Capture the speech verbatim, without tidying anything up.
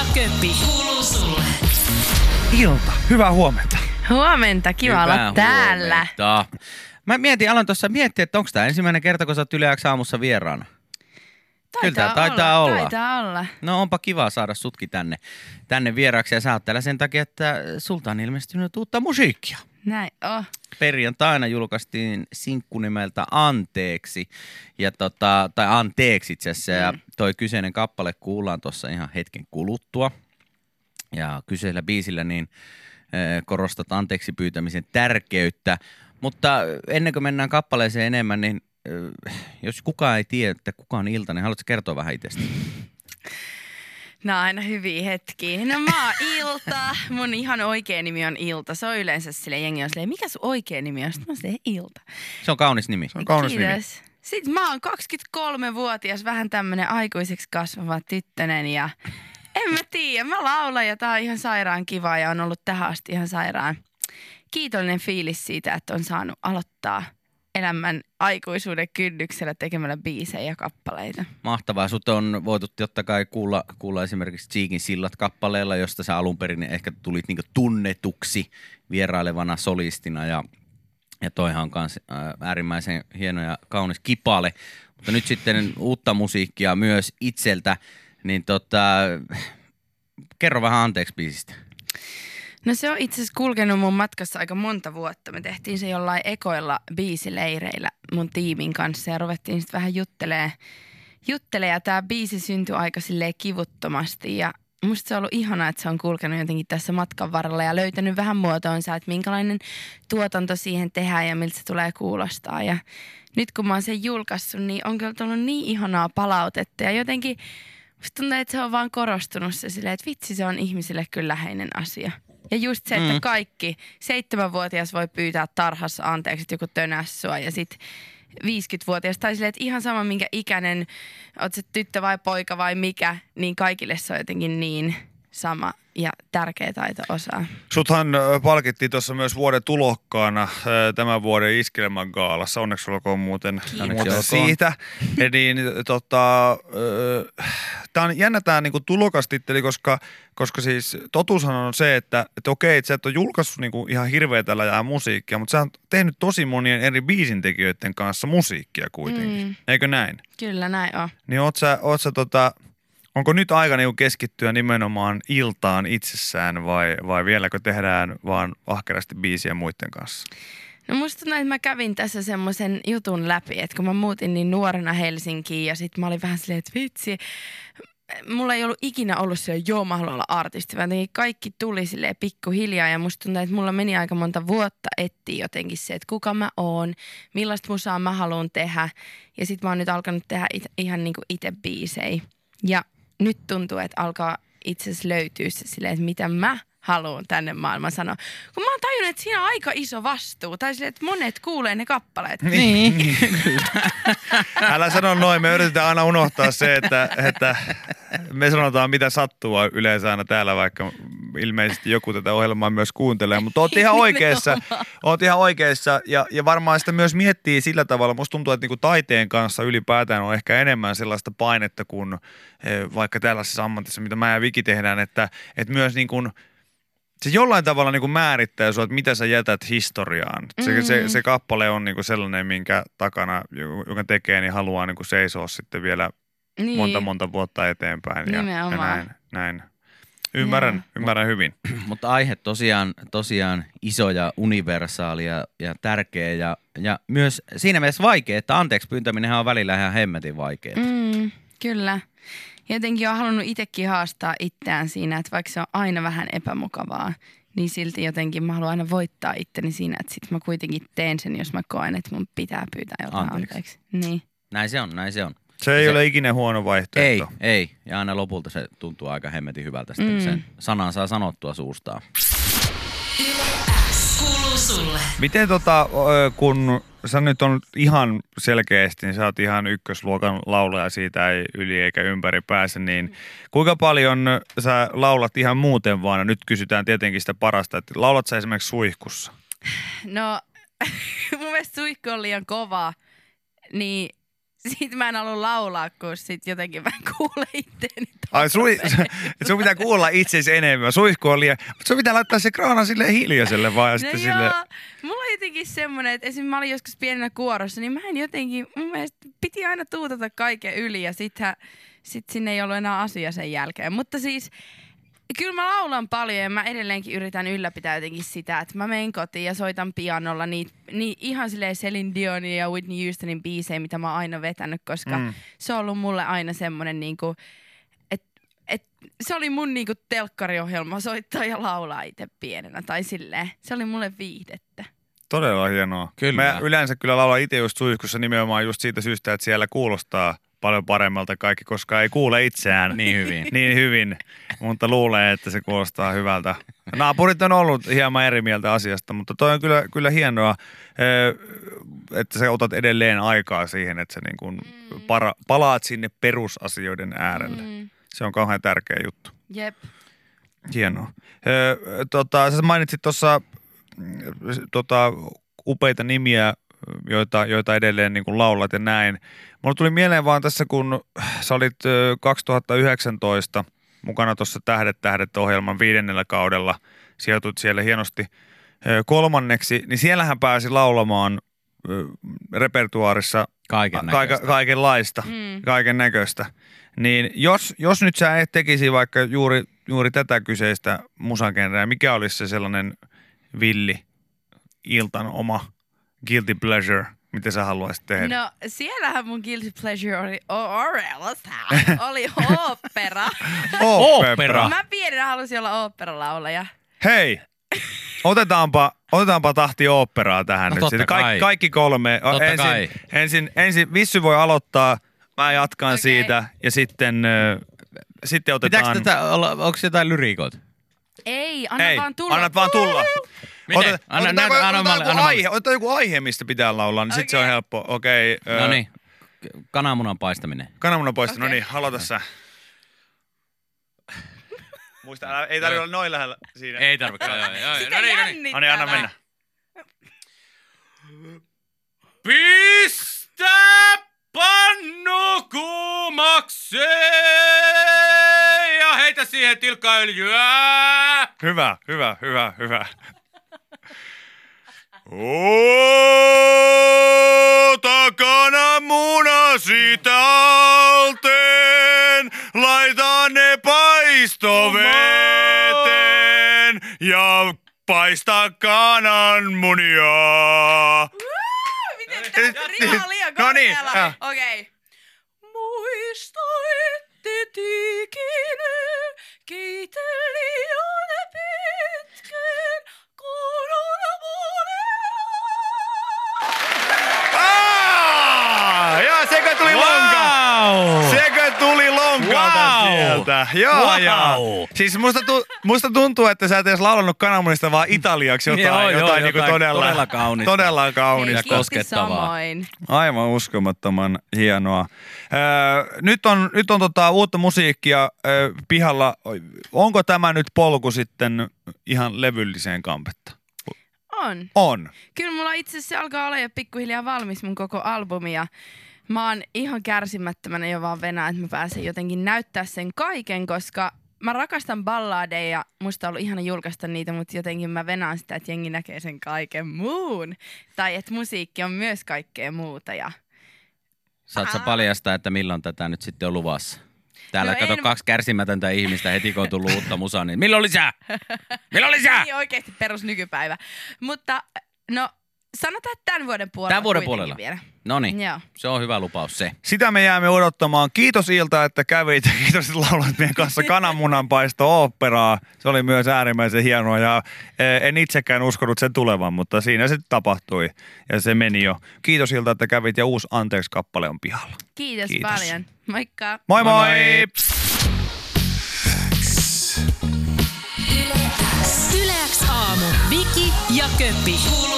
ja Köppi. Kuuluu sulle. Ilta, hyvää huomenta. Huomenta, kiva Hyvää olla täällä. huomenta. Mä mietin, aloin tuossa miettiä, että onko tämä ensimmäinen kerta, kun sä oot Yle X aamussa vieraana. Kyllä tää taitaa olla. Taitaa olla. No onpa kiva saada sutkin tänne, tänne vieraaksi ja sä oot täällä sen takia, että sulta on ilmestynyt uutta musiikkia. Näin oh. Perjantaina julkaistiin sinkku nimeltä Anteeksi, ja tota, tai Anteeksi itse asiassa, mm. ja toi kyseinen kappale kuullaan tuossa ihan hetken kuluttua. Ja kyseisellä biisillä niin äh, korostat anteeksi pyytämisen tärkeyttä, mutta ennen kuin mennään kappaleeseen enemmän, niin äh, jos kukaan ei tiedä, että kuka on Ilta, niin haluatko kertoa vähän itsestä? No aina hyviä hetkiä. No mä oon Ilta. Mun ihan oikea nimi on Ilta. Se on yleensä sille jengi on silleen, mikä sun oikea nimi on? Sitten mä oon silleen Ilta. Se on kaunis nimi. Se on kaunis Kiitos. nimi. Sitten mä oon kaksikymmentäkolmevuotias, vähän tämmönen aikuiseksi kasvava tyttönen ja en mä tiedä. Mä laulan ja tää on ihan sairaan kiva ja on ollut tähän asti ihan sairaan kiitollinen fiilis siitä, että on saanut aloittaa elämän aikuisuuden kynnyksellä tekemällä biisejä ja kappaleita. Mahtavaa. Sut on voitu totta kai kuulla, kuulla esimerkiksi Cheekin Sillat kappaleella, josta sä alun perin ehkä tulit niinku tunnetuksi vierailevana solistina ja, ja toihan on kans äärimmäisen hieno ja kaunis kipale. Mutta nyt sitten uutta musiikkia myös itseltä, niin tota, kerro vähän Anteeksi biisistä. No se on itse asiassa kulkenut mun matkassa aika monta vuotta. Me tehtiin se jollain ekoilla biisileireillä mun tiimin kanssa ja ruvettiin sitten vähän juttelee, juttelee ja tää biisi syntyi aika silleen kivuttomasti ja musta se on ollut ihanaa, että se on kulkenut jotenkin tässä matkan varrella ja löytänyt vähän muotoonsa, että minkälainen tuotanto siihen tehdään ja miltä se tulee kuulostaa. Ja nyt kun mä oon sen julkaissut, niin on kyllä tullut niin ihanaa palautetta ja jotenkin musta tuntuu, että se on vaan korostunut se silleen, että vitsi se on ihmisille kyllä läheinen asia. Ja just se, että kaikki seitsemänvuotias voi pyytää tarhassa anteeksi, että joku tönäs sua ja sit viisikymmentävuotias tai silleen, että ihan sama minkä ikäinen, oot se tyttö vai poika vai mikä, niin kaikille se on jotenkin niin sama ja tärkeä taito osaa. Suthan palkittiin tuossa myös vuoden tulokkaana tämän vuoden Iskelmän gaalassa. Onneksi olkoon muuten, muuten siitä. Ja niin, tota, tämä on jännä tämä niinku tulokastitteli, koska, koska siis totuushan on se, että, että okei, että sä et ole julkaissut niinku ihan hirveätä läjää musiikkia, mutta sä oot tehnyt tosi monien eri biisintekijöiden kanssa musiikkia kuitenkin. Mm. Eikö näin? Kyllä näin on. Niin oot sä, oot sä tota... Onko nyt aika niinku keskittyä nimenomaan iltaan itsessään vai, vai vieläkö tehdään vaan ahkerasti biisiä muiden kanssa? No musta tuntuu, että mä kävin tässä semmoisen jutun läpi, että kun mä muutin niin nuorena Helsinkiin ja sit mä olin vähän silleen, että vitsi, mulla ei ollut ikinä ollut se, joo mä haluan olla artisti, vaan kaikki tuli silleen pikkuhiljaa ja musta tuntuu, että mulla meni aika monta vuotta etsiä jotenkin se, että kuka mä oon, millaista musaa mä haluan tehdä ja sit mä oon nyt alkanut tehdä it, ihan niinku ite biisejä ja nyt tuntuu, että alkaa itse asiassa löytyä se silleen, että mitä mä haluan tänne maailmaan sanoa. Kun mä oon tajunnut, että siinä on aika iso vastuu. Tai silleen, että monet kuulee ne kappaleet. Niin. Älä sano noin. Me yritetään aina unohtaa se, että, että me sanotaan mitä sattuu yleensä aina täällä, vaikka ilmeisesti joku tätä ohjelmaa myös kuuntelee. Mutta oot ihan oikeassa. Oot ihan oikeassa ja, ja varmaan sitä myös miettii sillä tavalla. Musta tuntuu, että niinku taiteen kanssa ylipäätään on ehkä enemmän sellaista painetta kuin vaikka tällaisessa ammatissa, mitä mä ja Viki tehdään, että, että myös niin kuin se jollain tavalla niin kuin määrittää sua, että mitä sä jätät historiaan. Se, mm-hmm. se, se kappale on niin kuin sellainen, minkä takana, joka tekee, niin haluaa niin kuin seisoa sitten vielä niin. monta monta vuotta eteenpäin. Ja, ja näin, näin. Ymmärrän, yeah. ymmärrän hyvin. Mutta aihe tosiaan, tosiaan iso ja universaali ja, ja tärkeä ja, ja myös siinä mielessä vaikea, että anteeksi pyyntäminenhän on välillä ihan hemmetin vaikeaa. Mm, kyllä. Jotenkin olen halunnut itsekin haastaa itseään siinä, että vaikka se on aina vähän epämukavaa, niin silti jotenkin mä haluan aina voittaa itteni siinä, että sit mä kuitenkin teen sen, jos mä koen, että mun pitää pyytää jotain anteeksi. anteeksi. Niin. Näin se on, näin se on. Se ei se, ole ikinä huono vaihtoehto. Ei, ei. Ja aina lopulta se tuntuu aika hemmetin hyvältä, sitten mm. sen sanan saa sanottua suustaan. Kuuluu sulle. Miten tota, kun sä nyt on ihan selkeästi, niin sä oot ihan ykkösluokan laulaja, siitä ei yli eikä ympäri pääse, niin kuinka paljon sä laulat ihan muuten vaan? Nyt kysytään tietenkin sitä parasta, että laulat sä esimerkiksi suihkussa? No, mun mielestä suihku on liian kova, niin sit mä en halua laulaa, kun sit jotenkin mä kuulen itteeni. Ai sui, sun pitää kuulla itsesi enemmän. Suihku on liian, mutta sun pitää laittaa se kraana silleen hiljaiselle vaan. Ja No sitten joo, sille... mulla on jotenkin semmonen, että esimerkiksi mä olin joskus pienenä kuorossa, niin mä en jotenkin, mun mielestä piti aina tuutata kaiken yli ja sittenhän, sit sinne ei ollut enää asia sen jälkeen. Mutta siis, kyllä mä laulan paljon ja mä edelleenkin yritän ylläpitää jotenkin sitä, että mä menen kotiin ja soitan pianolla niitä niin ihan silleen Celine Dionin ja Whitney Houstonin biisejä, mitä mä oon aina vetänyt, koska mm. se on ollut mulle aina semmonen niinku, että et, se oli mun niinku telkkariohjelma soittaa ja laulaa itse pienenä tai silleen. Se oli mulle viihdettä. Todella hienoa. Kyllä. Mä yleensä kyllä laulan itse just suihkussa nimenomaan just siitä syystä, että siellä kuulostaa paljon paremmalta kaikki, koska ei kuule itseään Niin hyvin. niin hyvin, mutta luulee, että se kuulostaa hyvältä. Naapurit on ollut hieman eri mieltä asiasta, mutta toi on kyllä, kyllä hienoa, että sä otat edelleen aikaa siihen, että sä niin kuin para, palaat sinne perusasioiden äärelle. Mm. Se on kauhean tärkeä juttu. Jep. Hienoa. Ö, tota, sä mainitsit tuossa tota, upeita nimiä, joita, joita edelleen niin kuin laulat ja näin. Mulla tuli mieleen vaan tässä, kun sä olit kaksituhattayhdeksäntoista mukana tuossa Tähdet tähdet -ohjelman viidennellä kaudella, sijoitut siellä hienosti kolmanneksi, niin siellähän pääsi laulamaan repertuaarissa Kaiken kaika, kaikenlaista, Mm. kaiken näköistä. Niin jos, jos nyt sä et tekisi vaikka juuri, juuri tätä kyseistä musagenreä, mikä olisi se sellainen villi iltan oma guilty pleasure, mitä sä haluaisit tehdä? No siellähän mun guilty pleasure oli, orelasta, oli opera. Opera. Mä pienenä halusin olla oopperalaulaja. Hei, otetaanpa, otetaanpa tahti oopperaa tähän No nyt. totta Sitten Kaik, kai. kaikki kolme. Totta ensin, kai. Ensin, ensin Vissy voi aloittaa, mä jatkan Okei. siitä ja sitten, äh, sitten otetaan... Pitääkö tätä olla, onko jotain lyriikoita? Ei, anna Hei, vaan tulla. annat vaan tulla. Miten? Otet- Anna- otetaanko- näytä- anna otetaan malle- joku anna malle. aihe, otetaan joku aihe, mistä pitää laulaa, niin sit se on Okei. helppo. Okei. ö, No niin, kananmunan paistaminen. Kananmunan poista. Okei. No niin, aloita sä. Muista, älä, ei tarvitse olla noin lähellä siinä. Ei tarvitse. Sitä jännittää. No niin, anna mennä. Pistä pannu kuumaksi ja heitä siihen tilkkaöljyä. Hyvä, hyvä, hyvä, hyvä. Ota kananmunasi talteen, laita ne paistoveteen ja paista kananmunia. Miten tää rima liian No niin, korkealla? äh. Okei. Muistoitte tikinen, kiiteli jo ne pitkän, Ah! Ja sekö tuli lonka? Wow! Sekö tuli lonkalta Wow! sieltä? Joo, Wow! joo. Siis musta, tu, musta tuntuu, että sä et edes laulannut kananmunista vaan italiaksi jotain, Joo, joo, jotain, niinku jotain todella, todella kaunista. Todella Hei, kaunista. kiitos koskettavaa. samoin. Aivan uskomattoman hienoa. Öö, nyt on, nyt on tota uutta musiikkia öö, pihalla. Onko tämä nyt polku sitten ihan levylliseen kampetta? On. On. Kyllä mulla itse asiassa alkaa olla jo pikkuhiljaa valmis mun koko albumi ja mä oon ihan kärsimättömänä jo vaan venää, että mä pääsen jotenkin näyttää sen kaiken, koska mä rakastan balladeja ja musta on ollut ihana julkaista niitä, mutta jotenkin mä venään sitä, että jengi näkee sen kaiken muun. Tai että musiikki on myös kaikkea muuta ja Saat sä paljastaa, että milloin tätä nyt sitten on luvassa? Täällä No kato en- kaksi kärsimätöntä ihmistä heti, kun on tullut uutta musaa, niin milloin lisää? Milloin lisää? Niin oikeasti perus nykypäivä. Mutta no sanotaan, että tämän vuoden puolella Tämän vuoden kuitenkin puolella. vielä. No niin, Joo. se on hyvä lupaus se. Sitä me jäämme odottamaan. Kiitos Ilta, että kävit. Kiitos, että laulat meidän kanssa kananmunanpaisto oopperaa. Se oli myös äärimmäisen hienoa ja eh, en itsekään uskonut sen tulevan, mutta siinä se tapahtui ja se meni jo. Kiitos Ilta, että kävit ja uusi Anteeksi-kappale on pihalla. Kiitos, Kiitos. paljon. Moikka. Moi moi! Moi, moi. Yle X aamu. Viki ja Köppi.